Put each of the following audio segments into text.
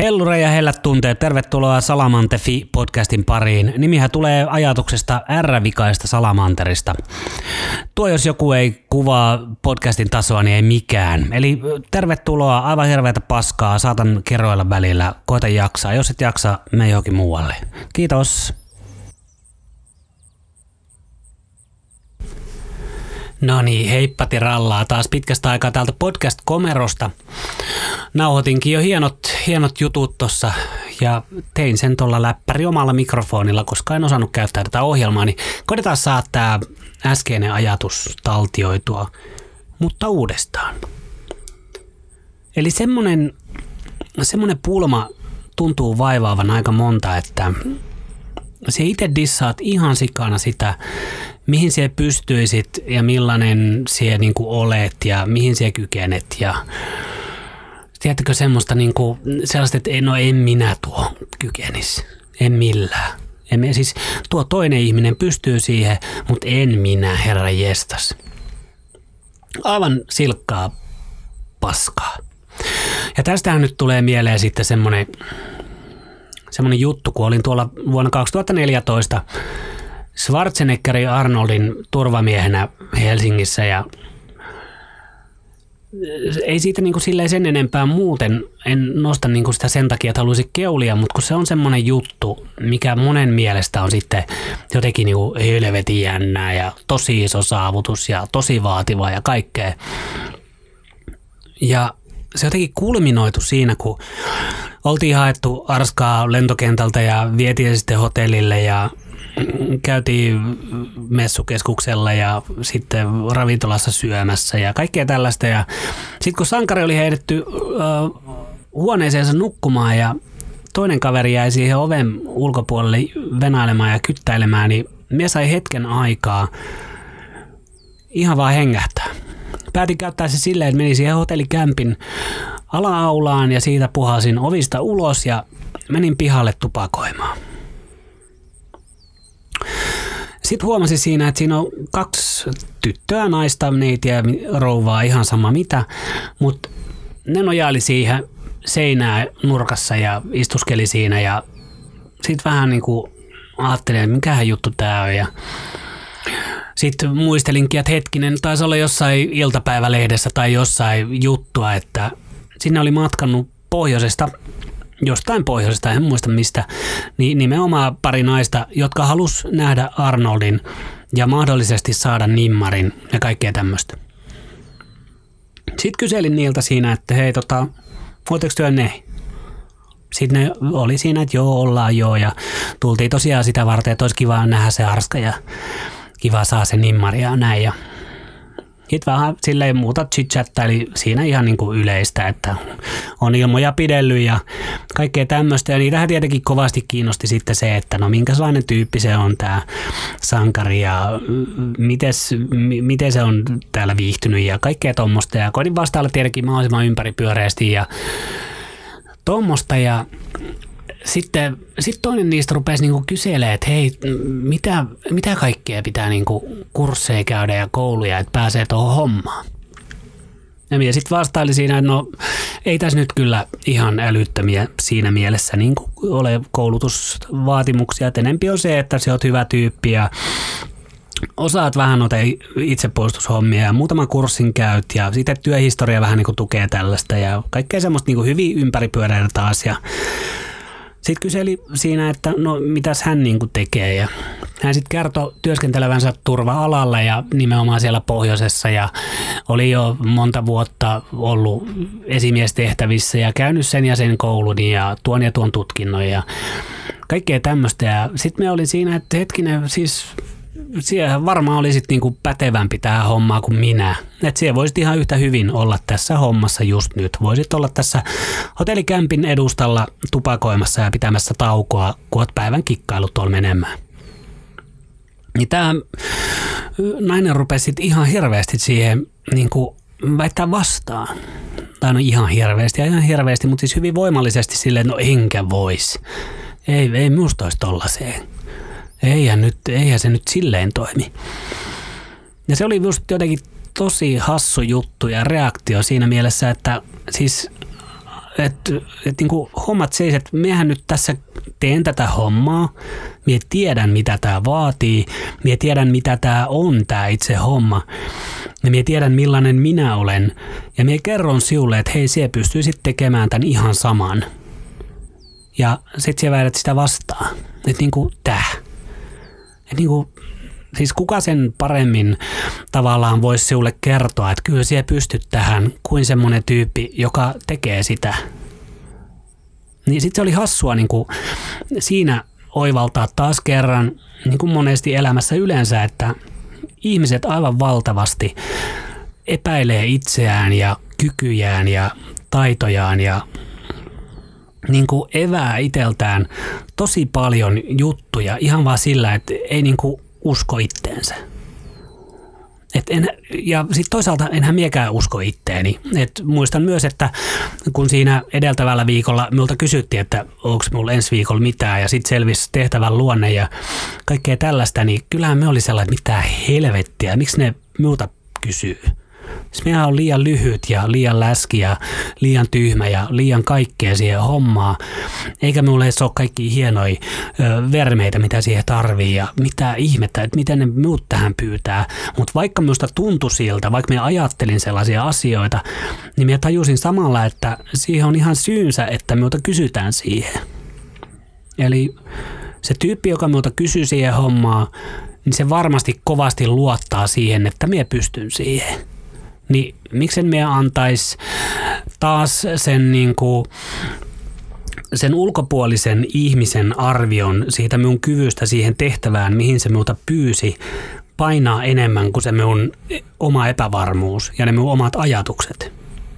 Hellure ja hellät tunteet, tervetuloa Salamantefi-podcastin pariin. Nimihän tulee ajatuksesta R-vikaista salamanterista. Tuo jos joku ei kuvaa podcastin tasoa, niin ei mikään. Eli tervetuloa, aivan hirveätä paskaa, saatan kerroilla välillä, koita jaksaa. Jos et jaksa, mene johonkin muualle. Kiitos. No niin, heippati rallaa taas pitkästä aikaa täältä podcast-komerosta. Nauhoitinkin jo hienot jutut tossa ja tein sen tuolla läppäri omalla mikrofonilla, koska en osannut käyttää tätä ohjelmaa, niin koitetaan saada tää äskeinen ajatus taltioitua, mutta uudestaan. Eli semmonen pulma tuntuu vaivaavan aika monta, että sä itse dissaat ihan sikana sitä, mihin sä pystyisit ja millainen sä niinku olet ja mihin sä kykenet. Ja tiedättekö semmoista niinku sellaista, että en minä tuo kykenis. En millään. Siis tuo toinen ihminen pystyy siihen, mutta en minä, herra jestas. Aivan silkkaa paskaa. Ja tästähän nyt tulee mieleen sitten semmoinen juttu, kun olin tuolla vuonna 2014 Schwarzeneggerin ja Arnoldin turvamiehenä Helsingissä ja ei siitä niinku silleen sen enempää muuten, en nosta niinku sitä sen takia, että haluaisin keulia, mutta kun se on semmoinen juttu, mikä monen mielestä on sitten jotenkin niinku helvetin jännää ja tosi iso saavutus ja tosi vaativa ja kaikkea. Ja se jotenkin kulminoitu siinä, kun oltiin haettu Arskaa lentokentältä ja vietiin sitten hotellille ja käytiin messukeskuksella ja sitten ravintolassa syömässä ja kaikkea tällaista. Ja sitten kun sankari oli heitetty huoneeseensa nukkumaan ja toinen kaveri jäi siihen oven ulkopuolelle venailemaan ja kyttäilemään, niin mies sai hetken aikaa ihan vaan hengähtää. Päätin käyttää se silleen, että menin siihen hotellikämpin ala-aulaan ja siitä puhasin ovista ulos ja menin pihalle tupakoimaan. Sitten huomasin siinä, että siinä on 2 tyttöä, naista, neitiä, rouvaa, ihan sama mitä, mutta ne nojaili siihen seinään nurkassa ja istuskeli siinä ja sitten vähän niin kuin ajattelin, että mikähän juttu tää on ja sitten muistelinkin, että hetkinen, taisi olla jossain iltapäivälehdessä tai jossain juttua, että sinne oli matkannut jostain pohjoisesta, en muista mistä, niin nimenomaan pari naista, jotka halus nähdä Arnoldin ja mahdollisesti saada nimmarin ja kaikkea tämmöistä. Sitten kyselin niiltä siinä, että hei, voitteko työ ne? Sitten ne oli siinä, että joo, ollaan joo ja tultiin tosiaan sitä varten, että olisi kiva nähdä se Arska ja kiva saa se nimmari ja näin. Ja sitten vähän silleen muuta chit-chatta, eli siinä ihan niin kuin yleistä, että on ilmoja pidellyt ja kaikkea tämmöistä. Ja niitähän tietenkin kovasti kiinnosti sitten se, että no minkälainen tyyppi se on tämä sankari ja miten se on täällä viihtynyt ja kaikkea tommoista. Ja koitin vastailla tietenkin mahdollisimman ympäripyöreästi ja tommoista ja sitten toinen niistä rupesi niinku kyselemään, että hei, mitä kaikkea pitää niinku kursseja käydä ja kouluja, että pääsee tuohon hommaan. Ja sitten vastaili siinä, että no ei tässä nyt kyllä ihan älyttömiä siinä mielessä niinku ole koulutusvaatimuksia, että enempi on se, että sä oot hyvä tyyppi ja osaat vähän noita itsepuolustushommia ja muutaman kurssin käyt ja sitten työhistoria vähän niinku tukee tällaista ja kaikkea semmoista niinku hyvin ympäripyöreitä taas ja sitten kyseli siinä, että no mitäs hän niinku tekee ja hän sitten kertoi työskentelevänsä turva-alalla ja nimenomaan siellä pohjoisessa ja oli jo monta vuotta ollut esimiestehtävissä ja käynyt sen ja sen koulun ja tuon tutkinnon ja kaikkea tämmöistä. Ja sitten me oli siinä, että hetkinen siis siellä varmaan olisit niinku pätevämpi tähän hommaan kuin minä. Että siellä voisit ihan yhtä hyvin olla tässä hommassa just nyt. Voisit olla tässä hotellikämpin edustalla tupakoimassa ja pitämässä taukoa, kun oot päivän kikkailut tuolla menemään. Niin tämä nainen rupesi sitten ihan hirveästi siihen niinku väittää vastaan. Tai no ihan hirveästi, mutta siis hyvin voimallisesti silleen, että no enkä vois. Ei musta olisi tollaiseen. Eihän se nyt silleen toimi. Ja se oli just jotenkin tosi hassu juttu ja reaktio siinä mielessä, että siis että niin kuin hommat seis, että miehän nyt tässä teen tätä hommaa, mie tiedän mitä tämä vaatii, mie tiedän mitä tämä on tämä itse homma ja mie tiedän millainen minä olen ja mie kerron sinulle, että hei, sie pystyisit tekemään tämän ihan saman. Ja sit sie väidät sitä vastaan, että niinku että niinku siis kuka sen paremmin tavallaan voisi sinulle kertoa, että kyllä sie pystyt tähän kuin semmoinen tyyppi, joka tekee sitä. Niin sitten se oli hassua niin kuin siinä oivaltaa taas kerran, niin kuin monesti elämässä yleensä, että ihmiset aivan valtavasti epäilee itseään ja kykyjään ja taitojaan ja niin kuin evää itseltään tosi paljon juttuja ihan vaan sillä, että ei niin kuin usko itteensä. Ja sitten toisaalta enhän miekään usko itteeni. Muistan myös, että kun siinä edeltävällä viikolla minulta kysyttiin, että onko minulla ensi viikolla mitään ja sitten selvisi tehtävän luonne ja kaikkea tällaista, niin kyllähän me oli sellainen, että mitä helvettiä, miksi ne minulta kysyy. Minä on liian lyhyt ja liian läski ja liian tyhmä ja liian kaikkea siihen hommaan. Eikä minulle edes ole kaikki hienoja vermeitä, mitä siihen tarvii ja mitä ihmettä, että miten ne minut tähän pyytää. Mutta vaikka minusta tuntui siltä, vaikka minä ajattelin sellaisia asioita, niin minä tajusin samalla, että siihen on ihan syynsä, että minulta kysytään siihen. Eli se tyyppi, joka minulta kysyy siihen hommaan, niin se varmasti kovasti luottaa siihen, että minä pystyn siihen. Niin miksen minä antaisi taas sen, niin kuin, sen ulkopuolisen ihmisen arvion siitä minun kyvystä siihen tehtävään, mihin se minulta pyysi, painaa enemmän kuin se minun oma epävarmuus ja ne minun omat ajatukset.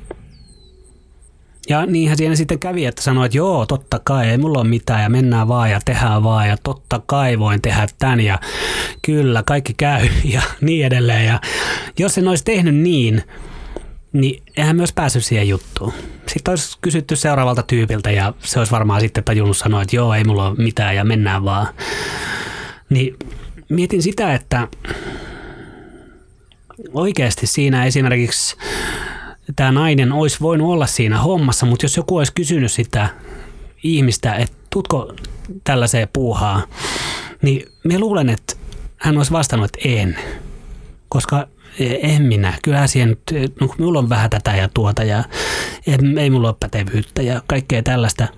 Ja niinhän siinä sitten kävi, että sanoi, että joo, totta kai, ei mulla ole mitään ja mennään vaan ja tehdään vaan ja totta kai voin tehdä tän ja kyllä, kaikki käy ja niin edelleen. Ja jos en olisi tehnyt niin eihän myös päässyt siihen juttuun. Sitten olisi kysytty seuraavalta tyypiltä ja se olisi varmaan sitten tajunnut sanoa, että joo, ei mulla ole mitään ja mennään vaan. Niin mietin sitä, että oikeasti siinä esimerkiksi tämä nainen olisi voinut olla siinä hommassa, mutta jos joku olisi kysynyt sitä ihmistä, että tuutko tällaiseen puuhaan, niin minä luulen, että hän olisi vastannut, että en. Koska en minä. Kyllähän siihen, no, minulla on vähän tätä ja tuota ja ei mulla ole pätevyyttä ja kaikkea tällaista.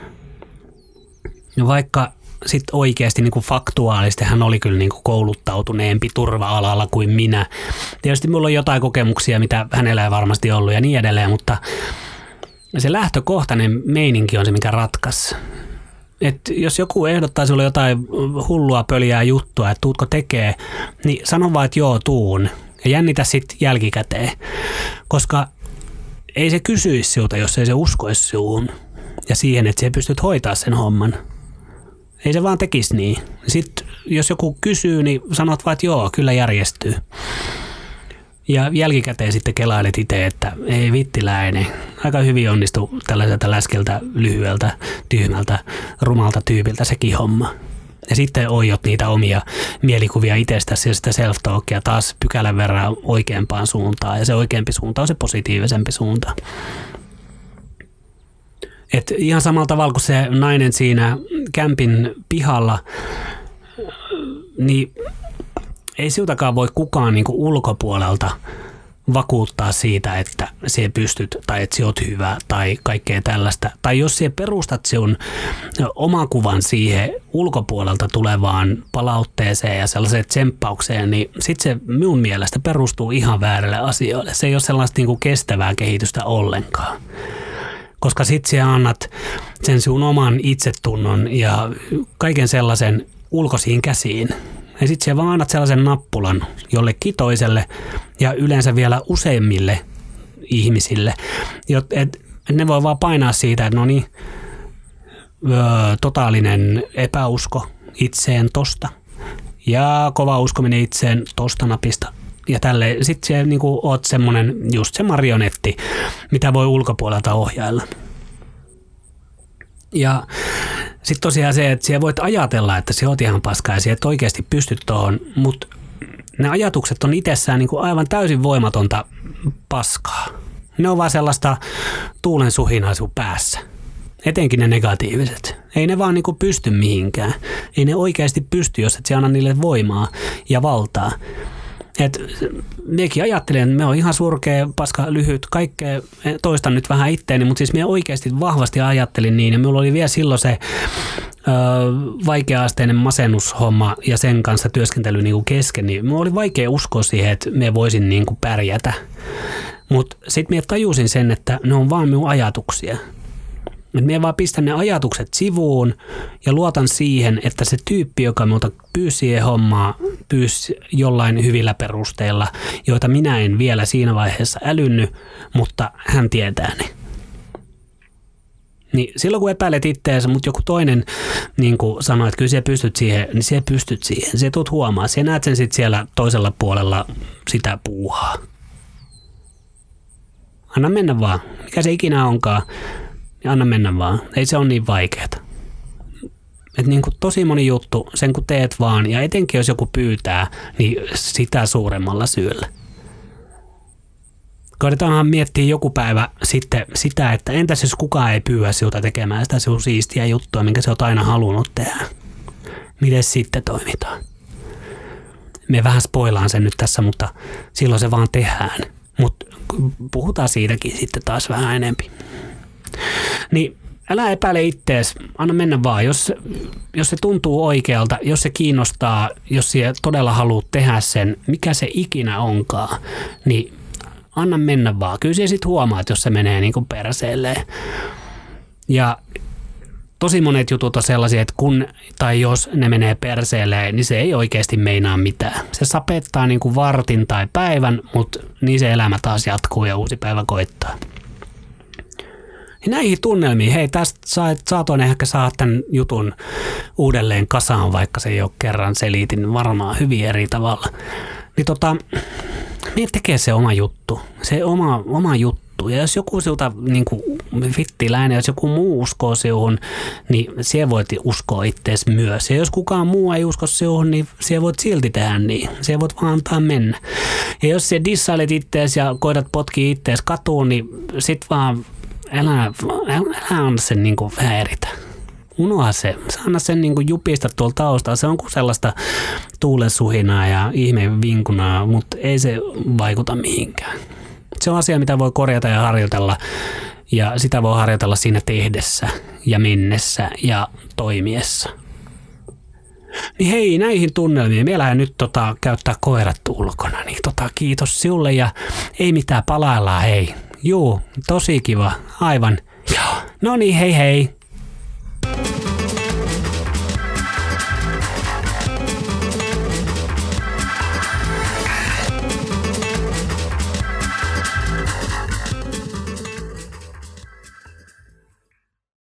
No vaikka sitten oikeasti niin kuin faktuaalisesti hän oli kyllä niin kuin kouluttautuneempi turva-alalla kuin minä. Tietysti minulla on jotain kokemuksia, mitä hänellä ei varmasti ollut ja niin edelleen, mutta se lähtökohtainen meininki on se, mikä ratkaisi. Et jos joku ehdottaa sinulle jotain hullua pöliää juttua, että tuutko tekee, niin sano vaan, että joo, tuun. Ja jännitä sitten jälkikäteen, koska ei se kysyisi sinulta, jos ei se uskoisi sinuun ja siihen, että sinä pystyt hoitaa sen homman. Ei se vaan tekisi niin. Sitten jos joku kysyy, niin sanot vaan, että joo, kyllä järjestyy. Ja jälkikäteen sitten kelailet itse, että ei vittiläinen. Aika hyvin onnistui tällaiselta läskeltä, lyhyeltä, tyhmältä, rumalta tyypiltä sekin homma. Ja sitten oijot niitä omia mielikuvia itsestäsi ja sitä self-talkia taas pykälän verran oikeampaan suuntaan. Ja se oikeampi suunta on se positiivisempi suunta. Et ihan samalla tavalla kuin se nainen siinä kämpin pihalla, niin ei siltäkään voi kukaan niinku ulkopuolelta vakuuttaa siitä, että sinä pystyt tai että sinä olet hyvä tai kaikkea tällaista. Tai jos sinä perustat sinun omakuvan siihen ulkopuolelta tulevaan palautteeseen ja sellaiseen tsemppaukseen, niin sitten se minun mielestä perustuu ihan väärille asioille. Se ei ole sellaista niinku kestävää kehitystä ollenkaan. Koska sitten sinä annat sen sinun oman itsetunnon ja kaiken sellaisen ulkoisiin käsiin. Ja sitten sinä vaan annat sellaisen nappulan jollekin toiselle ja yleensä vielä useimmille ihmisille. Et ne voi vaan painaa siitä, että no niin, totaalinen epäusko itseen tosta ja kova uskominen itseen tosta napista. Ja tälleen. Sitten siellä niinku oot semmoinen just se marionetti, mitä voi ulkopuolelta ohjailla. Ja sitten tosiaan se, että siellä voit ajatella, että se oot ihan paskaa ja et oikeasti pystyt tuohon, mutta ne ajatukset on itsessään niinku aivan täysin voimatonta paskaa. Ne on vaan sellaista tuulen suhinaa sun päässä. Etenkin ne negatiiviset. Ei ne vaan niinku pysty mihinkään. Ei ne oikeasti pysty, jos et sä anna niille voimaa ja valtaa. Et mekin ajattelen, että me on ihan surkea, paska, lyhyt, kaikkea, toistan nyt vähän itteeni, mutta siis me oikeasti vahvasti ajattelin niin, ja minulla oli vielä silloin se vaikea-asteinen masennushomma ja sen kanssa työskentely niinku kesken, niin minulla oli vaikea uskoa siihen, että me voisin niinku pärjätä. Mutta sitten minä tajusin sen, että ne on vaan minun ajatuksia. Minä vaan pistän ne ajatukset sivuun ja luotan siihen, että se tyyppi, joka minulta pyysi siihen hommaa, pyysi jollain hyvillä perusteilla, joita minä en vielä siinä vaiheessa älynnyt, mutta hän tietää ne. Niin silloin kun epäilet itseäsi, mutta joku toinen niin sanoo, että kyllä sinä pystyt siihen, niin sinä pystyt siihen. Sinä tulet huomaa. Sinä näet sen sitten siellä toisella puolella sitä puuhaa. Anna mennä vaan. Mikä se ikinä onkaan. Niin anna mennä vaan. Ei se ole niin vaikeeta. Että niin kuin tosi moni juttu, sen kun teet vaan, ja etenkin jos joku pyytää, niin sitä suuremmalla syyllä. Koidetaanhan miettiä joku päivä sitten sitä, että entäs jos kukaan ei pyydä sinulta tekemään sitä sinun siistiä juttua, minkä sä oot aina halunnut tehdä. Miten sitten toimitaan? Me vähän spoilaan sen nyt tässä, mutta silloin se vaan tehdään. Mutta puhutaan siitäkin sitten taas vähän enempi. Niin älä epäile ittees, anna mennä vaan. Jos se tuntuu oikealta, jos se kiinnostaa, jos sä todella haluat tehdä sen, mikä se ikinä onkaan, niin anna mennä vaan. Kyllä sä sit huomaat, jos se menee niin kuin perseelleen. Ja tosi monet jutut on sellaisia, että kun tai jos ne menee perseelleen, niin se ei oikeasti meinaa mitään. Se sapettaa niin kuin vartin tai päivän, mutta niin se elämä taas jatkuu ja uusi päivä koittaa. Ja näihin tunnelmiin, hei tästä saatoin ehkä saada tämän jutun uudelleen kasaan, vaikka se jo kerran selitin varmaan hyvin eri tavalla. Niin mie tekee se oma juttu, se oma juttu. Ja jos joku siltä niin vittiläinen, jos joku muu uskoo sinuhun, niin siellä voit uskoa itseesi myös. Ja jos kukaan muu ei usko sinuhun, niin siellä voit silti tehdä niin. Siellä voit vaan antaa mennä. Ja jos siellä dissailet itseesi ja koitat potkia itseesi katuun, niin sit vaan älä anna sen niin kuin häiritä. Unoha se. Anna sen niin kuin jupista tuolla taustalla. Se on kuin sellaista tuulen suhinaa ja ihmeen vinkunaa, mutta ei se vaikuta mihinkään. Se on asia, mitä voi korjata ja harjoitella. Ja sitä voi harjoitella siinä tehdessä ja mennessä ja toimiessa. Niin hei, näihin tunnelmiin. Me lähden nyt käyttää koirat ulkona. Niin kiitos sinulle ja ei mitään, palaillaan hei. Juu, tosi kiva. Aivan. Joo. No niin, hei hei.